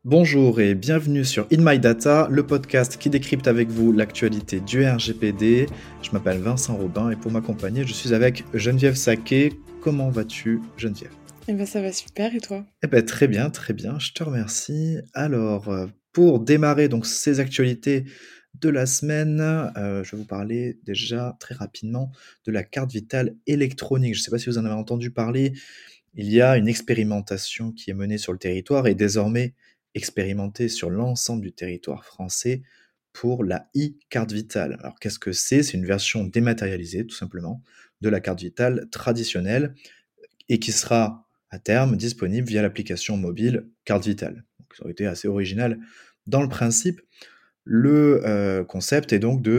Bonjour et bienvenue sur In My Data, le podcast qui décrypte avec vous l'actualité du RGPD. Je m'appelle Vincent Robin et pour m'accompagner, je suis avec Geneviève Saquet. Comment vas-tu, Geneviève? Eh ben, ça va super et toi? Très bien, je te remercie. Alors, pour démarrer donc ces actualités de la semaine, je vais vous parler déjà très rapidement de la carte vitale électronique. Je ne sais pas si vous en avez entendu parler. Il y a une expérimentation qui est menée sur le territoire et désormais expérimentée sur l'ensemble du territoire français pour la e-carte vitale. Alors qu'est-ce que c'est? C'est une version dématérialisée tout simplement de la carte vitale traditionnelle et qui sera à terme disponible via l'application mobile Carte Vitale. Donc ça aurait été assez original dans le principe. Le, concept est donc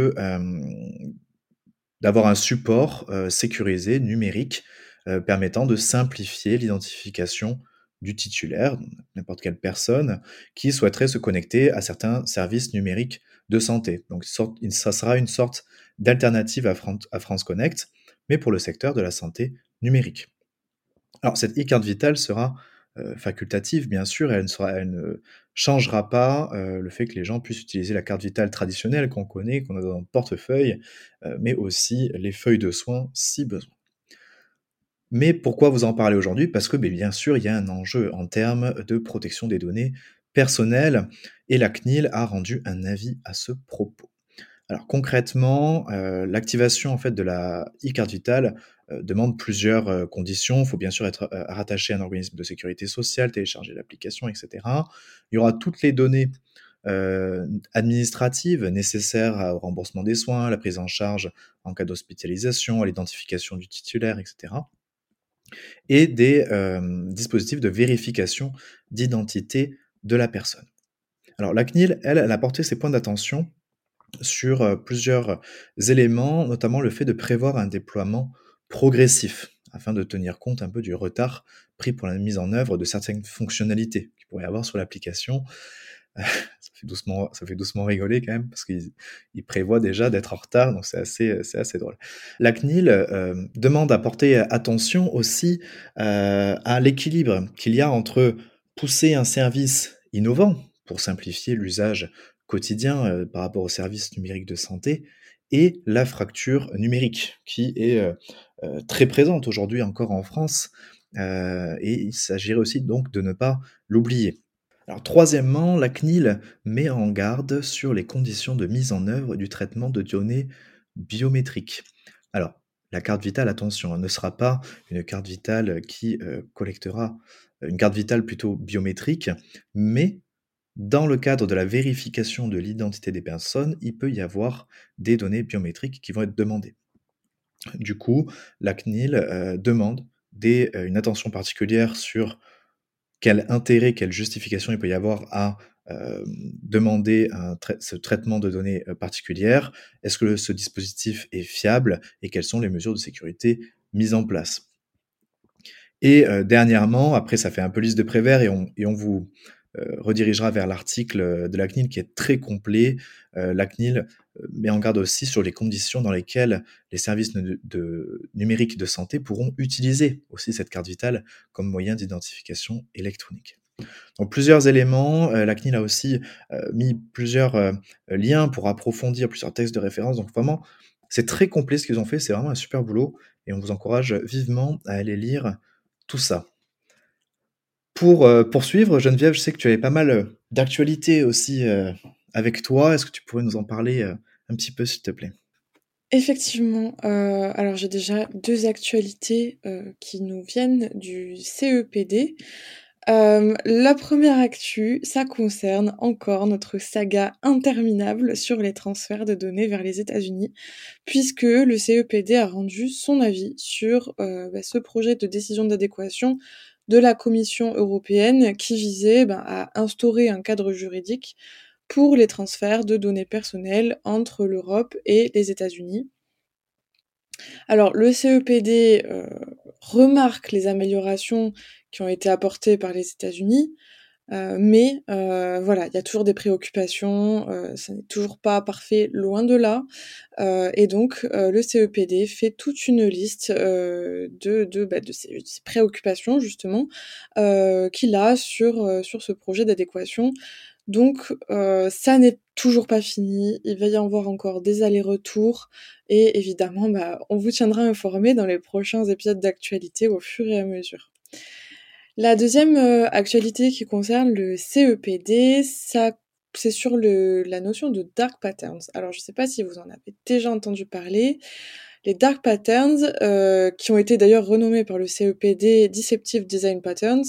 d'avoir un support, sécurisé, numérique, permettant de simplifier l'identification du titulaire, donc n'importe quelle personne qui souhaiterait se connecter à certains services numériques de santé. Donc ça sera une sorte d'alternative à France Connect, mais pour le secteur de la santé numérique. Alors cette e-carte vitale sera, facultative bien sûr, elle ne changera pas, le fait que les gens puissent utiliser la carte vitale traditionnelle qu'on connaît, qu'on a dans notre portefeuille, mais aussi les feuilles de soins si besoin. Mais pourquoi vous en parler aujourd'hui? Parce que, bien sûr, il y a un enjeu en termes de protection des données personnelles et la CNIL a rendu un avis à ce propos. Alors concrètement, l'activation en fait de la e-carte vitale, demande plusieurs, conditions. Il faut bien sûr être, rattaché à un organisme de sécurité sociale, télécharger l'application et cetera. Il y aura toutes les données, administratives nécessaires au remboursement des soins, à la prise en charge en cas d'hospitalisation, à l'identification du titulaire et cetera et des, dispositifs de vérification d'identité de la personne. Alors la CNIL, elle a porté ses points d'attention sur, plusieurs éléments, notamment le fait de prévoir un déploiement progressif, afin de tenir compte un peu du retard pris pour la mise en œuvre de certaines fonctionnalités qu'il pourrait y avoir sur l'application. Ça fait doucement rigoler quand même parce qu'ils prévoient déjà d'être en retard, donc c'est assez drôle. La CNIL, demande à porter attention aussi, à l'équilibre qu'il y a entre pousser un service innovant pour simplifier l'usage quotidien, par rapport aux services numériques de santé et la fracture numérique qui est, très présente aujourd'hui encore en France, et il s'agirait aussi donc de ne pas l'oublier. Alors troisièmement, la CNIL met en garde sur les conditions de mise en œuvre du traitement de données biométriques. Alors, la carte vitale, attention, ne sera pas une carte vitale qui, collectera une carte vitale plutôt biométrique, mais dans le cadre de la vérification de l'identité des personnes, il peut y avoir des données biométriques qui vont être demandées. Du coup, la CNIL, demande une attention particulière sur quel intérêt, quelle justification il peut y avoir à, demander ce traitement de données, particulières? Est-ce que ce dispositif est fiable et quelles sont les mesures de sécurité mises en place? Et dernièrement, après ça fait un peu liste de Prévert et on vous, redirigera vers l'article, de la CNIL qui est très complet. La CNIL, met en garde aussi sur les conditions dans lesquelles les services numériques de santé pourront utiliser aussi cette carte vitale comme moyen d'identification électronique. Donc plusieurs éléments, la CNIL a aussi, mis plusieurs, liens pour approfondir, plusieurs textes de référence. Donc vraiment, c'est très complet ce qu'ils ont fait, c'est vraiment un super boulot et on vous encourage vivement à aller lire tout ça. Pour, poursuivre, Geneviève, je sais que tu avais pas mal, d'actualités aussi, avec toi. Est-ce que tu pourrais nous en parler, un petit peu, s'il te plaît? Effectivement, alors j'ai déjà 2 actualités, qui nous viennent du CEPD. La première actu, ça concerne encore notre saga interminable sur les transferts de données vers les États-Unis, puisque le CEPD a rendu son avis sur, ce projet de décision d'adéquation de la Commission européenne qui visait, à instaurer un cadre juridique pour les transferts de données personnelles entre l'Europe et les États-Unis. Alors le CEPD, remarque les améliorations qui ont été apportées par les États-Unis, Mais voilà, il y a toujours des préoccupations, ça n'est toujours pas parfait, loin de là. Et donc le CEPD fait toute une liste, de ses préoccupations justement, qu'il a sur ce projet d'adéquation. Donc ça n'est toujours pas fini, il va y avoir encore des allers-retours et évidemment, on vous tiendra informés dans les prochains épisodes d'actualité au fur et à mesure. La deuxième actualité qui concerne le CEPD, c'est sur la notion de dark patterns. Alors je sais pas si vous en avez déjà entendu parler. Les dark patterns, qui ont été d'ailleurs renommés par le CEPD Deceptive Design Patterns,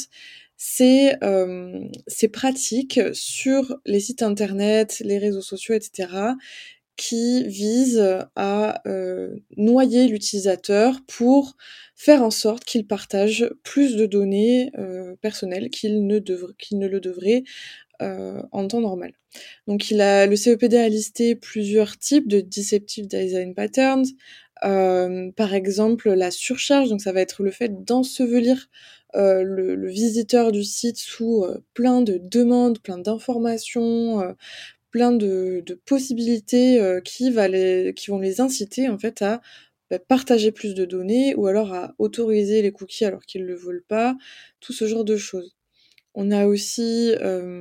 ces pratiques sur les sites internet, les réseaux sociaux et cetera, qui visent à, noyer l'utilisateur pour faire en sorte qu'il partage plus de données, personnelles qu'il ne le devrait, en temps normal. Donc le CEPD a listé plusieurs types de Deceptive Design Patterns, par exemple la surcharge, donc ça va être le fait d'ensevelir, le visiteur du site sous, plein de demandes, plein d'informations, plein de possibilités, qui vont les inciter en fait à, partager plus de données ou alors à autoriser les cookies alors qu'ils le veulent pas, tout ce genre de choses. On a aussi,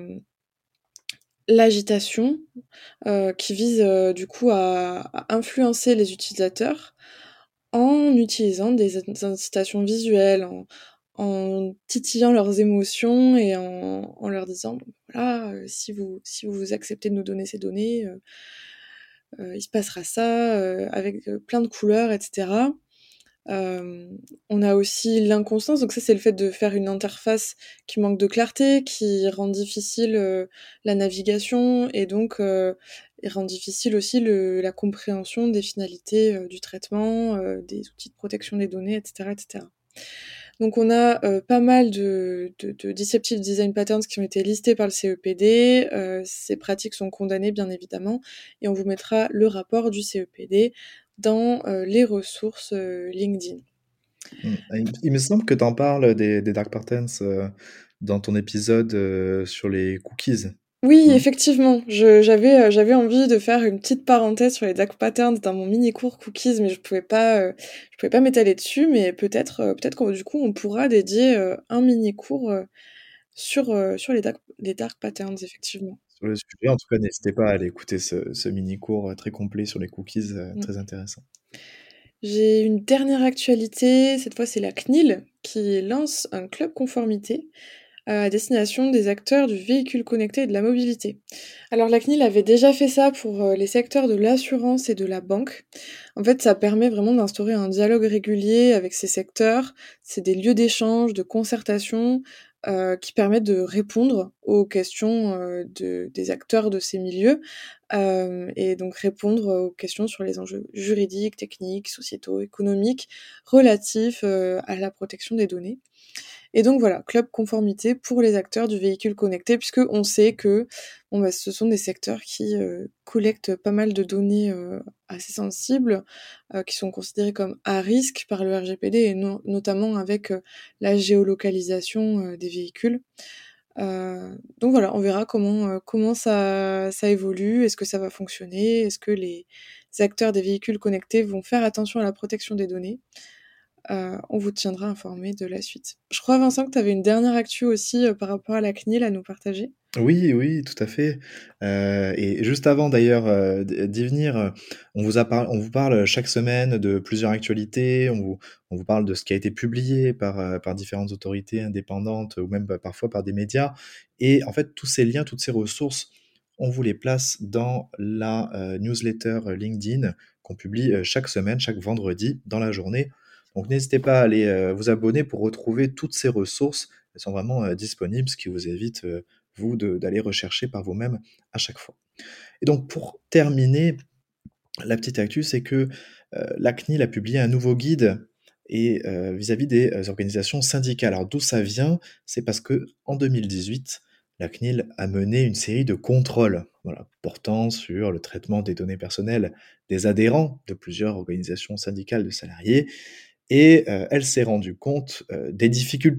l'agitation, qui vise, du coup à influencer les utilisateurs en utilisant des incitations visuelles, en titillant leurs émotions et en leur disant: «Bon, voilà, si vous acceptez de nous donner ces données, il se passera ça, avec, plein de couleurs» et cetera. On a aussi l'inconstance, donc ça, c'est le fait de faire une interface qui manque de clarté, qui rend difficile, la navigation et donc et rend difficile aussi la compréhension des finalités, du traitement, des outils de protection des données et cetera et cetera. Donc on a, pas mal de deceptive design patterns qui ont été listés par le CEPD. Ces pratiques sont condamnées bien évidemment et on vous mettra le rapport du CEPD dans, les ressources, LinkedIn. Il me semble que tu en parles des dark patterns, dans ton épisode, sur les cookies, Oui, non? effectivement, j'avais envie de faire une petite parenthèse sur les dark patterns dans mon mini cours cookies, mais je pouvais pas m'étaler dessus, mais peut-être que du coup on pourra dédier, un mini cours, sur les dark patterns effectivement. Sur le sujet, en tout cas, n'hésitez pas à aller écouter ce mini cours, très complet sur les cookies, Mmh. très intéressant. J'ai une dernière actualité, cette fois c'est la CNIL qui lance un club conformité à destination des acteurs du véhicule connecté et de la mobilité. Alors la CNIL avait déjà fait ça pour les secteurs de l'assurance et de la banque. En fait, ça permet vraiment d'instaurer un dialogue régulier avec ces secteurs. C'est des lieux d'échange, de concertation qui permettent de répondre aux questions des acteurs de ces milieux et donc répondre aux questions sur les enjeux juridiques, techniques, sociétaux, économiques relatifs à la protection des données. Et donc voilà, club conformité pour les acteurs du véhicule connecté, puisque on sait que ce sont des secteurs qui collectent pas mal de données assez sensibles, qui sont considérées comme à risque par le RGPD et notamment avec la géolocalisation des véhicules. Donc voilà, on verra comment ça évolue. Est-ce que ça va fonctionner? Est-ce que les acteurs des véhicules connectés vont faire attention à la protection des données? On vous tiendra informé de la suite. Je crois, Vincent, que tu avais une dernière actu aussi, par rapport à la CNIL à nous partager? Oui, oui, tout à fait, et juste avant d'ailleurs, d'y venir, on vous parle chaque semaine de plusieurs actualités, on vous parle de ce qui a été publié par différentes autorités indépendantes ou même parfois par des médias et en fait tous ces liens, toutes ces ressources, on vous les place dans la, newsletter LinkedIn qu'on publie, chaque semaine, chaque vendredi dans la journée. Donc n'hésitez pas à aller, vous abonner pour retrouver toutes ces ressources. Elles sont vraiment, disponibles, ce qui vous évite, vous d'aller rechercher par vous-même à chaque fois. Et donc pour terminer, la petite actu, c'est que la CNIL a publié un nouveau guide et vis-à-vis des organisations syndicales. Alors d'où ça vient? C'est parce que en 2018, la CNIL a mené une série de contrôles, voilà, portant sur le traitement des données personnelles des adhérents de plusieurs organisations syndicales de salariés et elle s'est rendue compte des difficultés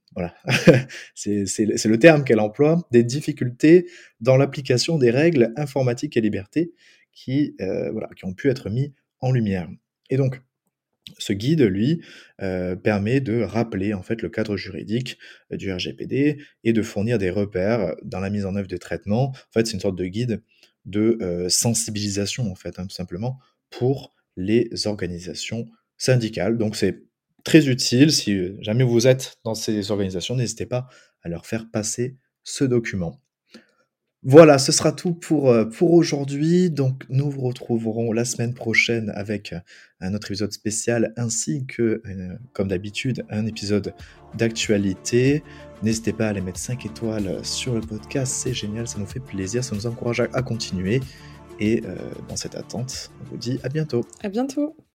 Voilà, c'est le terme qu'elle emploie, des difficultés dans l'application des règles informatiques et libertés voilà, qui ont pu être mis en lumière. Et donc, ce guide, lui, permet de rappeler, en fait, le cadre juridique, du RGPD et de fournir des repères dans la mise en œuvre des traitements. En fait, c'est une sorte de guide de, sensibilisation, en fait, hein, tout simplement, pour les organisations syndicales. Donc c'est très utile si, jamais vous êtes dans ces organisations, n'hésitez pas à leur faire passer ce document. Voilà, ce sera tout pour aujourd'hui. Donc nous vous retrouverons la semaine prochaine avec, un autre épisode spécial ainsi que, comme d'habitude, un épisode d'actualité. N'hésitez pas à aller mettre 5 étoiles sur le podcast, c'est génial, ça nous fait plaisir, ça nous encourage à continuer et dans cette attente, on vous dit à bientôt. À bientôt.